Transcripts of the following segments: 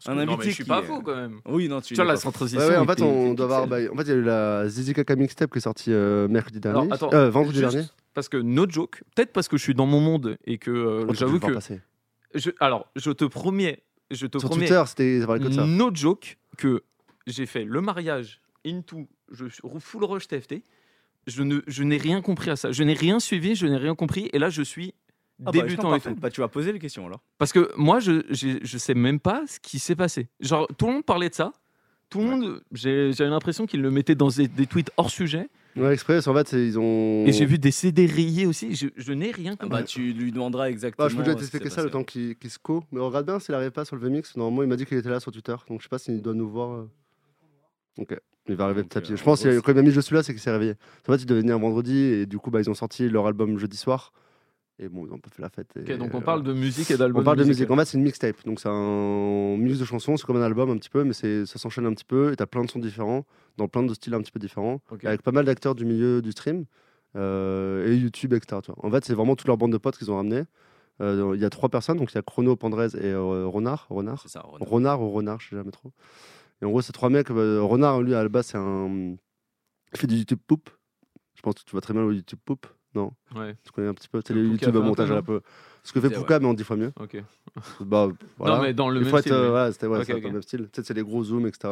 Un Non, mais invité je suis qui pas est- faux quand même. Oui, non, tu Tu vois, n'es la pas faux. transition. Ouais, en était- fait, on était doit avoir. pixel. En fait, il y a eu la Zizi Kaka Mixtape qui est sortie mercredi Alors, dernier. attends, Vendredi juste dernier. parce que no joke, peut-être parce que je suis dans mon monde et que Oh, t'as dû j'avoue le voir que. passer. Alors, je te promets, Sur Twitter, ça parlait que de ça. no joke, que j'ai fait le mariage into, je suis full rush TFT. Je n'ai rien compris à ça. Je n'ai rien suivi, je n'ai rien compris. Et là, je suis débutant et tout. Bah, tu vas poser les questions alors. Parce que moi, je sais même pas ce qui s'est passé. Genre, tout le monde parlait de ça. Tout le monde, j'ai l'impression qu'ils le mettaient dans des tweets hors sujet. Ouais, Express, en fait, ils ont. Et j'ai vu des CD rayés aussi. Je n'ai rien Ah compris. bah, tu lui demanderas exactement. Je peux déjà ce qui t'expliquer s'est ça le passé. temps qu'il se co. Mais on regarde bien s'il arrive pas sur le VMix. Normalement, il m'a dit qu'il était là sur Twitter. Donc je sais pas s'il doit nous voir. Ok. Il va arriver Donc, petit à petit. Je en pense gros, que quand il m'a mis je suis là, c'est qu'il s'est réveillé. En fait, il devait venir vendredi et du coup, ils ont sorti leur album jeudi soir. Et bon, ils ont un peu fait la fête. Ok, donc on parle de musique et d'album. On parle de musique. En fait, c'est une mixtape. Donc c'est un mix de chansons. C'est comme un album un petit peu, mais ça s'enchaîne un petit peu. Et t'as plein de sons différents, dans plein de styles un petit peu différents, Ok. avec pas mal d'acteurs du milieu du stream et YouTube, etc. Tu vois. En fait, c'est vraiment toute leur bande de potes qu'ils ont ramené. Il y a 3 personnes, donc il y a Chrono, Pandrez et Renard. C'est ça, Renaud. Renard ou Renard, je sais jamais trop. Et en gros, ces 3 mecs, Renard, lui, à la base, il fait du YouTube poop. Je pense que tu vois très bien le YouTube poop. Non, Ouais, tu connais un petit peu. C'est Le les Pouka YouTube fait un montage peu, à la non peu. Ce que fait C'est Pouka, mais en 10 fois mieux. ok. Bah, voilà. Non, mais dans le Il même faut style. être, mais- voilà, c'était Ok, c'est un peu ok. le même style. Peut-être c'est les gros zooms, etc.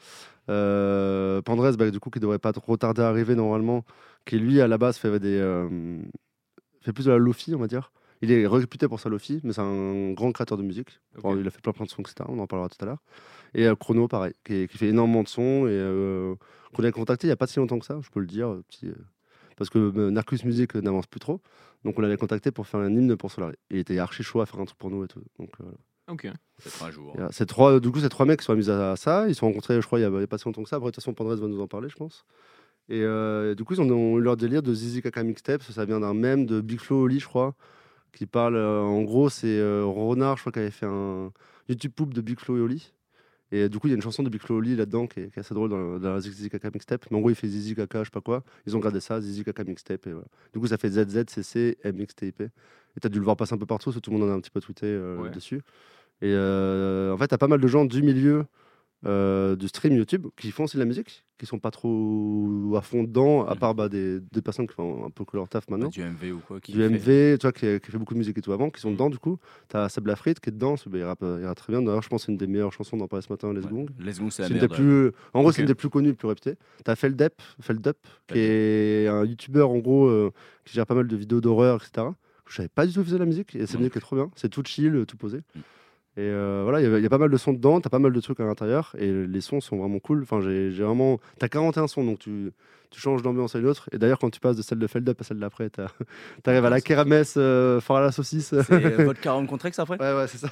Pandrez, du coup, qui devrait pas trop tarder à arriver normalement, qui lui, à la base, fait plus de la lofi, on va dire. Il est réputé pour sa lofi, mais c'est un grand créateur de musique. Ok. Enfin, il a fait plein de sons, etc. On en parlera tout à l'heure. Et Chrono, pareil, qui fait énormément de sons et qu'on a contacté il n'y a pas si longtemps que ça, je peux le dire, parce que Narcus Music n'avance plus trop. Donc on l'avait contacté pour faire un hymne pour Solari. Il était archi chaud à faire un truc pour nous et tout. Donc, Ok. Peut-être un jour. ces 3 mecs qui sont amusés à ça. Ils se sont rencontrés, je crois, il y a pas si longtemps que ça. Après, de toute façon, Pandrez va nous en parler, je pense. Et du coup, ils ont eu leur délire de Zizi Kaka Mixtape. Ça vient d'un mème de Big Flo Oli, je crois, qui parle. En gros, c'est Renard, je crois, qui avait fait un YouTube poop de Big Flo et Oli. Et du coup, il y a une chanson de Big Flo et Oli là-dedans qui est assez drôle dans la Zizi Kaka Mixtape. Mais en gros, il fait Zizi Kaka, je sais pas quoi. Ils ont gardé ça, Zizi Kaka Mixtape. Et voilà. Du coup, ça fait ZZCC Mixtape. Et t'as dû le voir passer un peu partout, parce que tout le monde en a un petit peu tweeté Ouais. dessus. Et en fait, t'as pas mal de gens du milieu du stream YouTube qui font aussi de la musique, qui sont pas trop à fond dedans, à part des personnes qui font un peu que leur taf maintenant. Du MV ou quoi. Du MV, tu vois, qui fait beaucoup de musique et tout avant, qui sont dedans du coup. T'as Seb Lafrite qui est dedans, il rappe très bien. D'ailleurs, je pense que c'est une des meilleures chansons d'en parler ce matin, Les Gong. Les Gong, c'est la C'est une des merde. plus... En gros, Ok. c'est une des plus connues, plus réputées. T'as Feldup, qui est un youtubeur en gros qui gère pas mal de vidéos d'horreur, etc. Je savais pas du tout qu'il faisait de la musique et c'est musique qui est trop bien. C'est tout chill, tout posé. Et voilà, il y a pas mal de sons dedans, t'as pas mal de trucs à l'intérieur et les sons sont vraiment cool. Enfin, j'ai vraiment. T'as 41 sons donc tu changes d'ambiance à une autre. Et d'ailleurs, quand tu passes de celle de Feldup à celle d'après, t'arrives à la kermesse, fort à la saucisse. C'est votre 40 Contrex après. Ouais, c'est ça.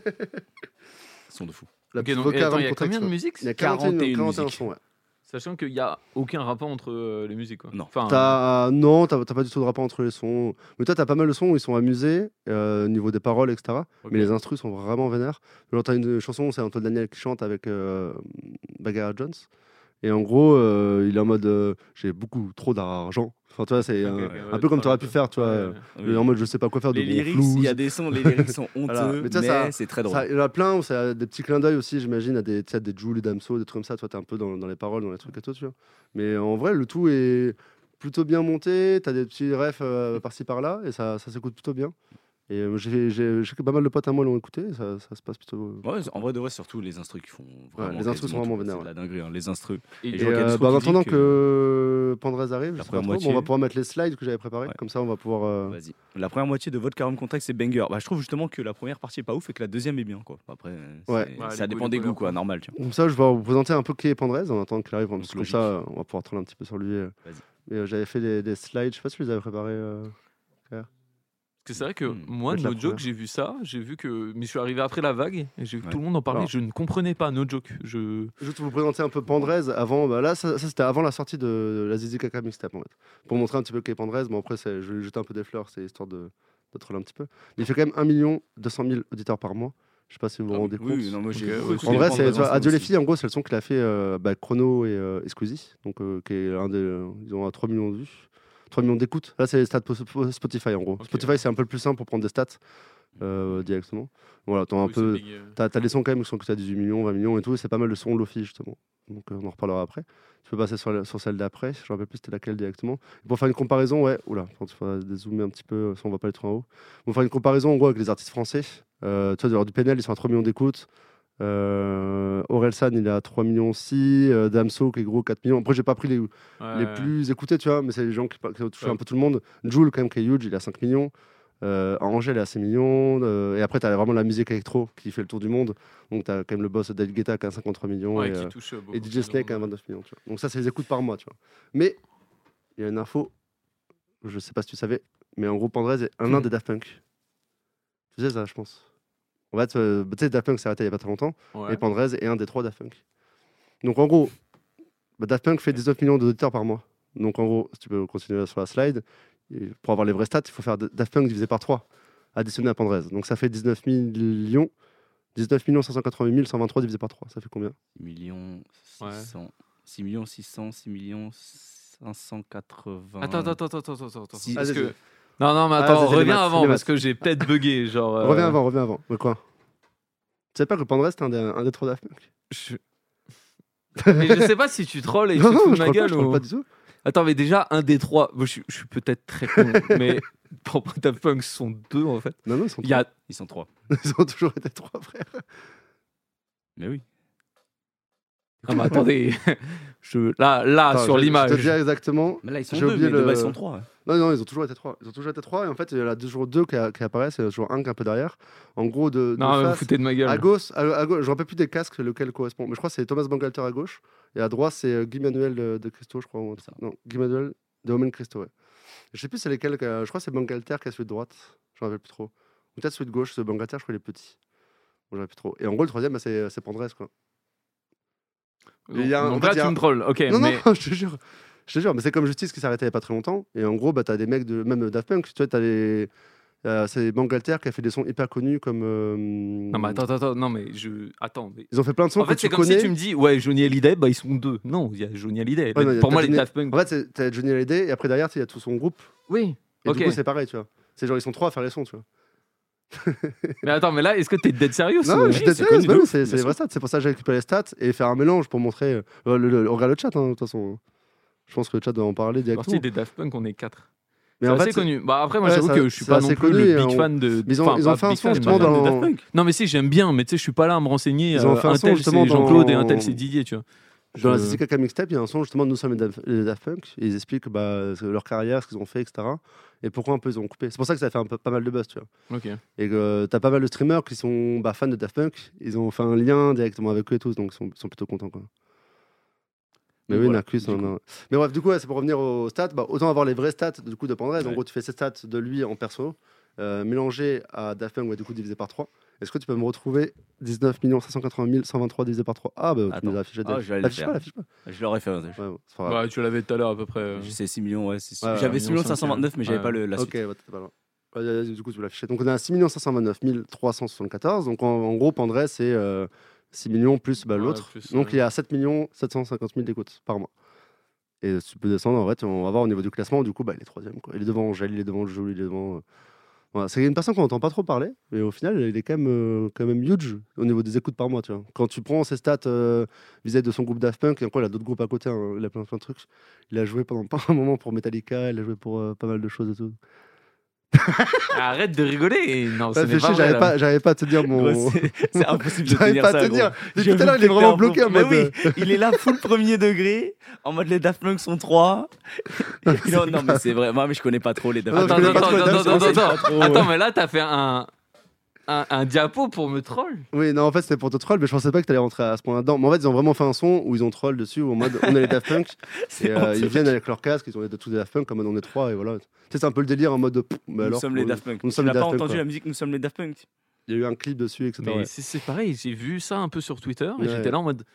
Son de fou. La Ok, petite donc, vocale attends, il y a Contrex, combien de ouais. musiques Il y a 41 41 musiques. sons, ouais. Sachant qu'il n'y a aucun rapport entre les musiques. Quoi. Non. Enfin, Non, t'as pas du tout de rapport entre les sons. Mais toi, t'as pas mal de sons où ils sont amusés au niveau des paroles, etc. Ok. Mais les instrus sont vraiment vénères. Genre, t'as une chanson, c'est Antoine Daniel qui chante avec Bagheera Jones. Et en gros, il est en mode j'ai beaucoup trop d'argent. Enfin, tu vois, c'est Ok, un peu comme tu aurais pu faire, tu vois. ouais. Oui. En mode je sais pas quoi faire de Les bon lyrics, flouze. il y a des sons, les lyrics sont honteux, Voilà. mais, Mais ça, c'est très drôle. Il y en a plein où c'est des petits clins d'œil aussi, j'imagine, à des Jules et Damso, des trucs comme ça. Toi, t'es un peu dans les paroles, dans les trucs et tout, tu vois. Mais en vrai, le tout est plutôt bien monté. T'as des petits refs par-ci par-là et ça s'écoute plutôt bien. Et je sais que pas mal de potes à moi l'ont écouté. Et ça se passe plutôt. Ouais, en vrai de vrai, surtout les instrus qui font vraiment. les instrus sont quasiment vraiment tout. vénères, C'est de la dinguerie, hein, les instrus. Et- Et Et je vois qu'il y a Disco en qui dit attendant que- que Pandrez arrive, je La sais pas première trop, moitié. on va pouvoir mettre les slides que j'avais préparés. Ouais. Comme ça, on va pouvoir. Vas-y. La première moitié de votre 40 Contrex, c'est banger. Bah, je trouve justement que la première partie est pas ouf et que la deuxième est bien, quoi. Après, Ouais. ça les dépend goûts, des les goûts, couleurs, quoi, quoi. normal, tu vois. Comme ça, je vais vous présenter un peu qui est Pandrez en attendant qu'il arrive. Parce que comme logique. ça, on va pouvoir troller un petit peu sur lui. Vas-y. Mais j'avais fait des slides, je sais pas si vous les avez préparés. Parce que c'est vrai que moi, Peut-être la No Joke, première. j'ai vu ça, j'ai vu que. Mais je suis arrivé après la vague et j'ai vu que tout le monde en parlait. Alors. Je ne comprenais pas No Joke. Juste vous présenter un peu Pandrez avant. Là, ça c'était avant la sortie de la Zizi Kaka Mixtape en fait. Pour montrer un petit peu qui est Pandrez. Bon, après, je vais lui jeter un peu des fleurs, c'est histoire de troller un petit peu. Mais il fait quand même 1 200 000 auditeurs par mois. Je sais pas si vous vous rendez compte. Oui, non, moi j'ai. Ok, beaucoup ouais, écouté En vrai, Pandrez c'est tu vois, ensemble Adieu les aussi. filles, en gros, c'est le son qu'il a fait Chrono et Squeezie. Donc, qui est un des. Ils ont 3 millions de vues. 3 millions d'écoutes. Là, c'est les stats Spotify en gros. Ok. Spotify, c'est un peu le plus simple pour prendre des stats. directement. Voilà, t'as un peu. T'as des sons quand même qui sont à 18 millions, 20 millions et tout. C'est pas mal de sons Lofi justement. Donc on en reparlera après. Tu peux passer sur celle d'après. Je me rappelle plus c'était laquelle directement. Et pour faire une comparaison, ouais. Oula, il faudra dézoomer un petit peu. Si on va pas aller trop en haut. Pour faire une comparaison en gros avec les artistes français. Tu vois, du PNL, ils sont à 3 millions d'écoutes. Orelsan, il est à 3 millions aussi. Damso, qui est gros, 4 millions. Après, j'ai pas pris les plus écoutés, tu vois, mais c'est les gens qui touchent un peu tout le monde. Jul, quand même, qui est huge, il est à 5 millions. Angèle est à 6 millions. Et après, tu as vraiment la musique électro qui fait le tour du monde. Donc, tu as quand même le boss David Guetta qui a 53 millions. Et DJ Snake à 29 millions. Tu vois. Donc, ça, c'est les écoutes par mois. Tu vois. Mais il y a une info, je sais pas si tu savais, mais en gros, Pandrez est un des Daft Punk. Tu sais ça, je pense. En fait, tu sais, Daft Punk s'est arrêté il y a pas très longtemps. Et Pandrez est un des 3 Daft Punk. Donc, en gros, Daft Punk fait 19 millions d'auditeurs par mois. Donc, en gros, si tu peux continuer sur la slide. Et pour avoir les vrais stats, il faut faire Daft Punk divisé par 3, additionné à Pandrez. Donc ça fait 19 millions 580 123 divisé par 3. Ça fait combien ? 6 millions 600, 6 millions 600, 6 millions 580... Attends. Parce que... Non, mais attends, reviens avant, parce que j'ai peut-être bugué. Genre, Reviens avant. Mais quoi ? Tu sais pas que Pandrez, c'était un des 3 Daft Punk ? Mais je sais pas si tu trolls et tu te fous de ma gueule. Je troll pas du tout. Attends, mais déjà, un des 3, je suis peut-être très con, mais pour Daft Punk, ce sont 2 en fait. Non, ils sont 3. Ils sont 3. Ils ont toujours été 3, frère. Mais oui. Non, mais attendez, là Attends, sur l'image. Je te dis exactement. Mais là, ils sont 2, mais ils sont 3. Non, ils ont toujours été 3. Et en fait, il y en a toujours 2 qui apparaissent, et toujours un qui est un peu derrière. En gros, de non, face, vous foutez de ma gueule. À gauche, je ne rappelle plus des casques lequel correspond. Mais je crois que c'est Thomas Bangalter à gauche. Et à droite, c'est Guy Manuel de Christo, je crois. Non, Guy Manuel de Omen Christo, ouais. Je sais plus c'est lesquels. Je crois que c'est Bangalter qui est celui de droite. Je ne rappelle plus trop. Ou peut-être celui de gauche. Ce Bangalter, je crois qu'il est petit. Bon, je ne rappelle plus trop. Et en gros, le troisième, c'est Pandrez, quoi. Donc là, tu me trolls. Ok, non, je te jure. Mais c'est comme Justice qui s'est arrêté il n'y a pas très longtemps. Et en gros, t'as des mecs même Daft Punk. Tu vois, t'as c'est Bangalter qui a fait des sons hyper connus comme. Non, mais attends. Non, mais attends. Mais... Ils ont fait plein de sons. En fait, c'est comme si tu me dis, ouais, Johnny Hallyday, ils sont 2. Non, il y a Johnny Hallyday. Pour moi, les Daft Punk. En fait, t'as Johnny Hallyday et après, derrière, il y a tout son groupe. Oui. Et du coup, c'est pareil, tu vois. C'est genre, ils sont 3 à faire les sons, tu vois. Mais attends, mais là, est-ce que t'es dead sérieux? Non, je suis dead sérieux, c'est les vrais stats. C'est pour ça que j'ai récupéré les stats et faire un mélange pour montrer. On regarde le chat, de toute façon. Je pense que le chat doit en parler directement. Partie des Daft Punk, on est 4. Mais c'est en fait, assez connu. Bah après, moi, j'avoue que je suis pas non plus le big fan de. Ils ont fait un son justement dans Daft Punk. Non, mais si, j'aime bien, mais tu sais, je suis pas là à me renseigner. Ils ont fait un son tel justement c'est Jean-Claude et un tel c'est Didier, tu vois. Dans la ZZK Mixtape, il y a un son justement de Nous sommes les Daft Punk. Et ils expliquent leur carrière, ce qu'ils ont fait, etc. Et pourquoi un peu ils ont coupé. C'est pour ça que ça a fait pas mal de buzz, tu vois. Ok. Et que t'as pas mal de streamers qui sont fans de Daft Punk. Ils ont fait un lien directement avec eux et tous, donc ils sont plutôt contents, quoi. Mais oui, voilà, Narcus. Mais bref, du coup, c'est pour revenir aux stats. Autant avoir les vraies stats du coup, de Pandrez. Ouais. En gros, tu fais ces stats de lui en perso, mélangé à Daft Punk, du coup, divisé par 3. Est-ce que tu peux me retrouver 19 580 123 divisé par 3? Ah, bah, tu nous l'as affiché. L'affiche pas. Je l'aurais fait. Ouais, tu l'avais tout à l'heure à peu près. C'est 6 millions, ouais. J'avais 6 529, mais j'avais pas la suite. Ok, t'es pas loin. Du coup, tu peux l'afficher. Donc, on a 6 529 374. Donc, en gros, Pandrez, c'est 6 millions plus l'autre. Donc, il y a 7 750 000 d'écoutes par mois. Et si tu peux descendre, en fait, on va voir au niveau du classement. Du coup, il est 3ème. Il est devant Angèle, il est devant Joule, il est devant. Voilà. C'est une personne qu'on n'entend pas trop parler, mais au final, il est quand même huge au niveau des écoutes par mois. Tu vois. Quand tu prends ses stats vis-à-vis de son groupe Daft Punk, et encore, il a d'autres groupes à côté, hein, il a plein de trucs. Il a joué pendant pas un moment pour Metallica, il a joué pour pas mal de choses et tout. Arrête de rigoler. Non, c'est pas vrai, j'arrivais pas à te dire mon. C'est impossible de tenir ça. Depuis tout à l'heure, il est vraiment bloqué en mode. Oui, il est là full premier degré, en mode les Daft Punk sont 3. Non, mais c'est vrai. Moi, mais je connais pas trop les Daft Punk. Attends, mais là, t'as fait un diapo pour me troll. Oui, non, en fait, c'était pour te troll, mais je pensais pas que t'allais rentrer à ce point là-dedans. Mais en fait, ils ont vraiment fait un son où ils ont troll dessus, où en mode on est les Daft Punk. Et ils viennent avec leur casque, ils ont tous des Daft Punk, comme on est 3, et voilà. Tu sais, c'est un peu le délire en mode. Nous sommes les Daft Punk. Tu n'as pas entendu la musique Nous sommes les Daft Punk? Il y a eu un clip dessus, etc. Mais c'est pareil, j'ai vu ça un peu sur Twitter, et j'étais là en mode.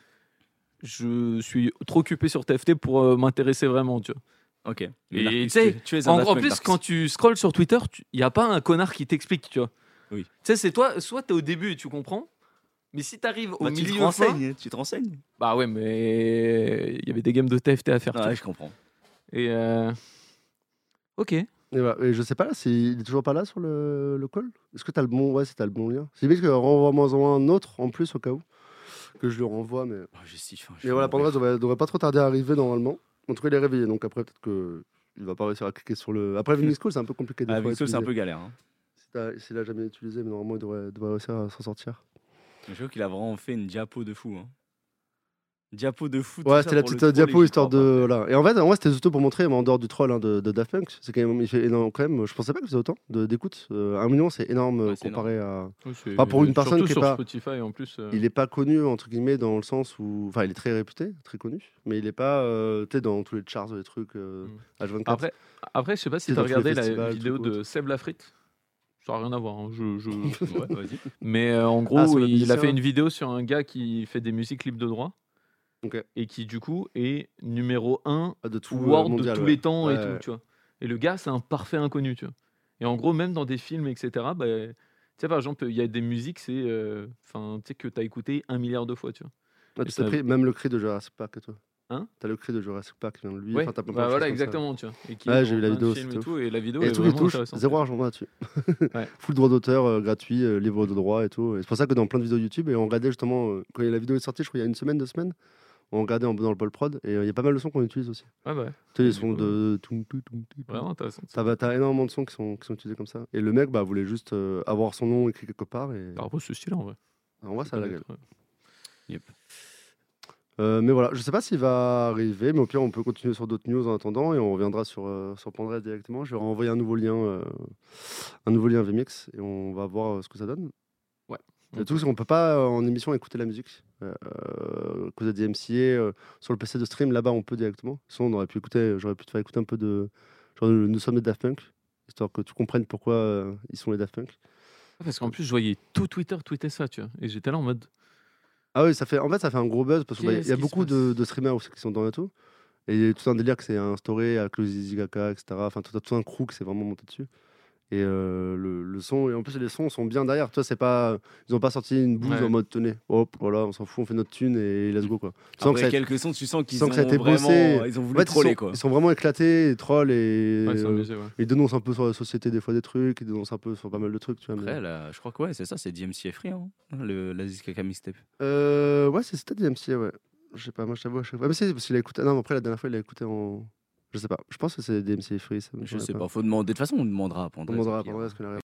Je suis trop occupé sur TFT pour m'intéresser vraiment, tu vois. Ok. Et tu sais, en plus, quand tu scrolls sur Twitter, il n'y a pas un connard qui t'explique, tu vois. Oui. Tu sais, c'est toi, soit t'es au début et tu comprends, mais si t'arrives au milieu. Tu te renseignes. Bah ouais, mais il y avait des games de TFT à faire. Ouais, je comprends. Et ok. Et, voilà. Et je sais pas là, il est toujours pas là sur le call. Est-ce que t'as le bon, ouais, c'est t'as le bon lien. C'est limite que renvoie-moi un autre en plus au cas où que je lui renvoie, mais. Oh, j'ai si faim. Et voilà, Pandora devrait pas trop tarder à arriver normalement. En tout cas, il est réveillé, donc après peut-être que il va pas réussir à cliquer sur le. Après Vinix Call, c'est un peu compliqué des fois. Avec ça, c'est un utiliser. peu galère. Hein. S'il a jamais utilisé, mais normalement il devrait réussir à s'en sortir. Je trouve qu'il a vraiment fait une diapo de fou. Hein. Diapo de fou. Ouais, c'était la petite diapo histoire de. Là. Et en fait, c'était surtout pour montrer, mais en dehors du troll hein, de Daft Punk, c'est quand même, il fait énorme quand même. Je pensais pas qu'il faisait autant d'écoute. 1 million, c'est énorme Ouais, c'est comparé à. Oui, Pas pour une personne qui est sur pas. Spotify en plus. Il est pas connu entre guillemets dans le sens où. Enfin, il est très réputé, très connu, mais il est pas tu sais, dans tous les charts, les trucs H24. Après, je sais pas si C'est tu as dans tous les regardé la festivals, vidéo trucs de Seb Lafrite. Ça n'a rien à voir. Hein. Ouais, vas-y. Mais en gros, sur le il a musicien. fait une vidéo sur un gars qui fait des musiques libres de droit. Ok. Et qui, du coup, est numéro 1 De tout World mondial, de tous ouais. les temps et Ouais, tout, ouais. tu vois. Et le gars, c'est un parfait inconnu, tu vois. Et en gros, même dans des films, etc., bah, tu sais, par exemple, il y a des musiques, c'est, tu sais, que tu as écouté 1 milliard de fois, tu vois. Ah, Et tu ça- t'as pris même le cri de Jurassic Park et toi. Hein T'as le cri de Jurassic Park qui vient de lui. Ouais, Enfin, t'as plein de bah choses voilà, comme ça. exactement, tu vois. Et qui Ouais, est j'ai dans vu la plein de vidéo, films c'était et tout, et la vidéo Et est les trucs, ils vraiment touchent intéressante. zéro argent là-dessus. Ouais. Full droit d'auteur, gratuit, livre de droit et tout. Et c'est pour ça que dans plein de vidéos YouTube, et on regardait justement, quand la vidéo est sortie, je crois il y a une semaine, 2 semaines, on regardait dans le Pol Prod, et il y a pas mal de sons qu'on utilise aussi. Ouais, bah, Tu sais, les du sons coup, de. vraiment intéressant. T'as énormément de sons qui sont utilisés comme ça. Et le mec voulait juste avoir son nom écrit quelque part. Et Par rapport à ce style, en vrai. en vrai, ça a la gueule. Yep. Mais voilà, je sais pas s'il va arriver, mais au pire, on peut continuer sur d'autres news en attendant et on reviendra sur Pandora directement. Je vais renvoyer un nouveau lien VMix et on va voir ce que ça donne. Ouais. Le truc, c'est qu'on peut pas en émission écouter la musique. À cause de DMCA, sur le PC de stream, là-bas, on peut directement. Sinon, j'aurais pu te faire écouter un peu de. Genre, nous sommes les Daft Punk, histoire que tu comprennes pourquoi ils sont les Daft Punk. Parce qu'en plus, je voyais tout Twitter tweeter ça, tu vois. Et j'étais là en mode. Ah oui, ça fait un gros buzz parce qu'il y Qu'est-ce a qui se beaucoup passe de streamers aussi qui sont dans et tout. Et il y a tout un délire que c'est instauré avec le Zizi Gaka, etc. Enfin, tout un crew qui s'est vraiment monté dessus. Et le son, et en plus les sons sont bien derrière. Toi, c'est pas, ils ont pas sorti une bouse Ouais. en mode tenez, hop, voilà, on s'en fout, on fait notre thune et let's go quoi. Sans que Après ça ait- quelques sons, tu sens qu'ils sans que ça ait ont été vraiment, bossé. ils ont En voulu fait, troller quoi. ils sont vraiment éclatés, ils trollent et Ouais, c'est amusé, ouais. ils dénoncent un peu sur la société des fois des trucs, ils dénoncent un peu sur pas mal de trucs, tu vois. mais- Après, là, je crois que ouais, c'est ça, c'est DMCA Free, hein, la Zizkaka mixtape. Ouais, c'était DMCA, ouais. Je sais pas, moi je t'avoue à chaque fois. Mais c'est parce qu'il a écouté. Non, mais après la dernière fois il a écouté en. Je sais pas. Je pense que c'est DMCA Free. Ça me Je paraît sais pas, faut demander. De toute façon, on demandera à On Pandora. demandera à Pandora ce qu'il a